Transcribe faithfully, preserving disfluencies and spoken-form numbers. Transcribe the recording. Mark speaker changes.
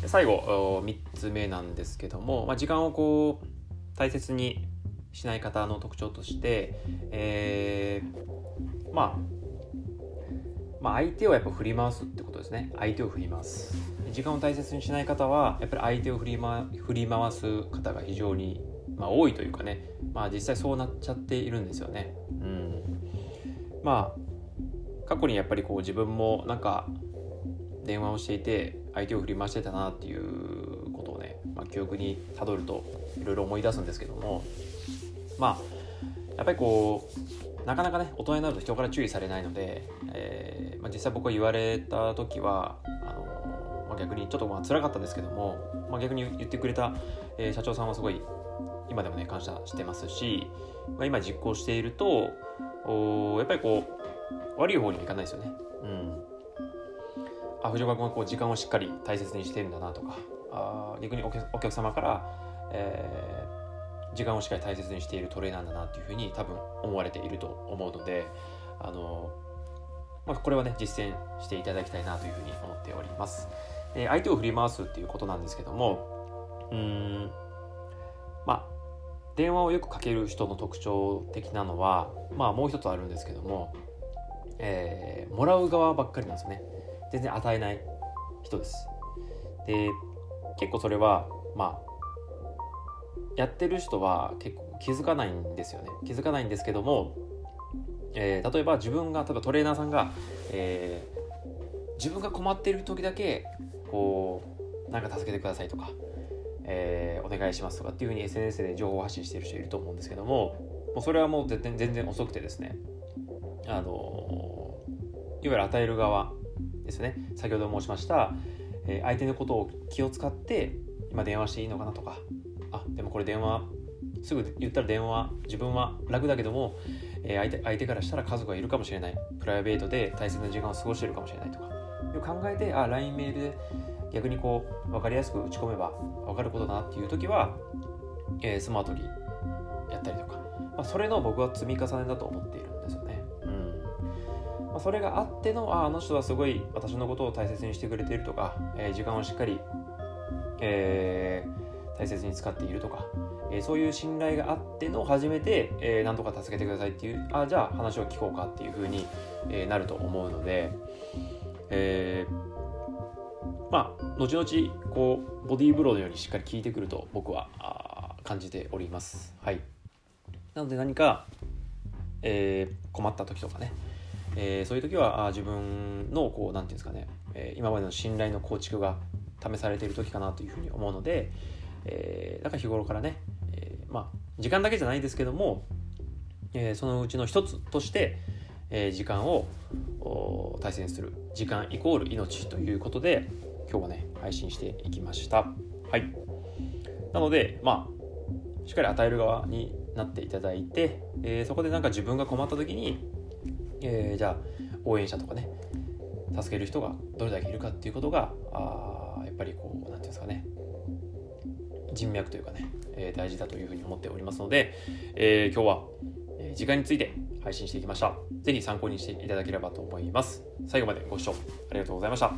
Speaker 1: 最後みっつめなんですけども、まあ、時間をこう大切にしない方の特徴として、えー、まあまあ相手をやっぱ振り回すってことですね。相手を振り回す。時間を大切にしない方はやっぱり相手を振り回、振り回す方が非常に、まあ、多いというかね、まあ実際そうなっちゃっているんですよね。うん。まあ過去にやっぱりこう自分もなんか電話をしていて相手を振り回してたなっていうことをね、まあ、記憶にたどるといろいろ思い出すんですけども、まあやっぱりこうなかなかね大人になると人から注意されないので、えーまあ、実際僕が言われた時はあの、まあ、逆にちょっとまあ辛かったんですけども、まあ、逆に言ってくれた、えー、社長さんはすごい今でもね感謝してますし、まあ、今実行しているとやっぱりこう悪い方にはいかないですよね。うん。あ、藤岡君はこう時間をしっかり大切にしてるんだなとか、あ逆にお客、お客様から、えー、時間をしっかり大切にしているトレーナーだなっていうふうに多分思われていると思うので、あのまあ、これはね実践していただきたいなというふうに思っております。えー、相手を振り回すっていうことなんですけども、うーんまあ電話をよくかける人の特徴的なのは、まあもう一つあるんですけども、えー、もらう側ばっかりなんですよね。全然与えない人です。で、結構それはまあやってる人は結構気づかないんですよね。気づかないんですけども、えー、例えば自分が例えばトレーナーさんが、えー、自分が困っている時だけこうなんか助けてくださいとか、えー、お願いしますとかっていう風に エスエヌエス で情報発信している人いると思うんですけども、もうそれはもう全然全然遅くてですね、あのいわゆる与える側ですね。先ほど申しました、えー、相手のことを気を使って今電話していいのかなとか、あでもこれ電話すぐ言ったら電話自分は楽だけども、えー、相手相手からしたら家族がいるかもしれない、プライベートで大切な時間を過ごしているかもしれないとか考えて、あ ライン メールで逆にこう分かりやすく打ち込めば分かることだなっていう時は、えー、スマートにやったりとか、まあ、それの僕は積み重ねだと思っているんですよね。まあ、それがあっての あ, あの人はすごい私のことを大切にしてくれているとか、えー、時間をしっかり、えー、大切に使っているとか、えー、そういう信頼があっての初めて、えー、何とか助けてくださいっていう、あじゃあ話を聞こうかっていう風に、えー、なると思うので、えー、まあ後々こうボディーブローのようにしっかり効いてくると僕はあ感じております。はい。なので何か、えー、困った時とかね、えー、そういう時はあ自分のこうなんていうんですかね、えー、今までの信頼の構築が試されている時かなというふうに思うので、えー、だから日頃からね、えー、まあ時間だけじゃないですけども、えー、そのうちの一つとして、えー、時間を大切にする、時間イコール命ということで今日はね配信していきました。はい。なのでまあしっかり与える側になっていただいて、えー、そこでなんか自分が困った時にえー、じゃあ応援者とかね助ける人がどれだけいるかっていうことがあやっぱりこうなんていうんですかね、人脈というかね、えー、大事だというふうに思っておりますので、えー、今日は、えー、時間について配信していきました。ぜひ参考にしていただければと思います。最後までご視聴ありがとうございました。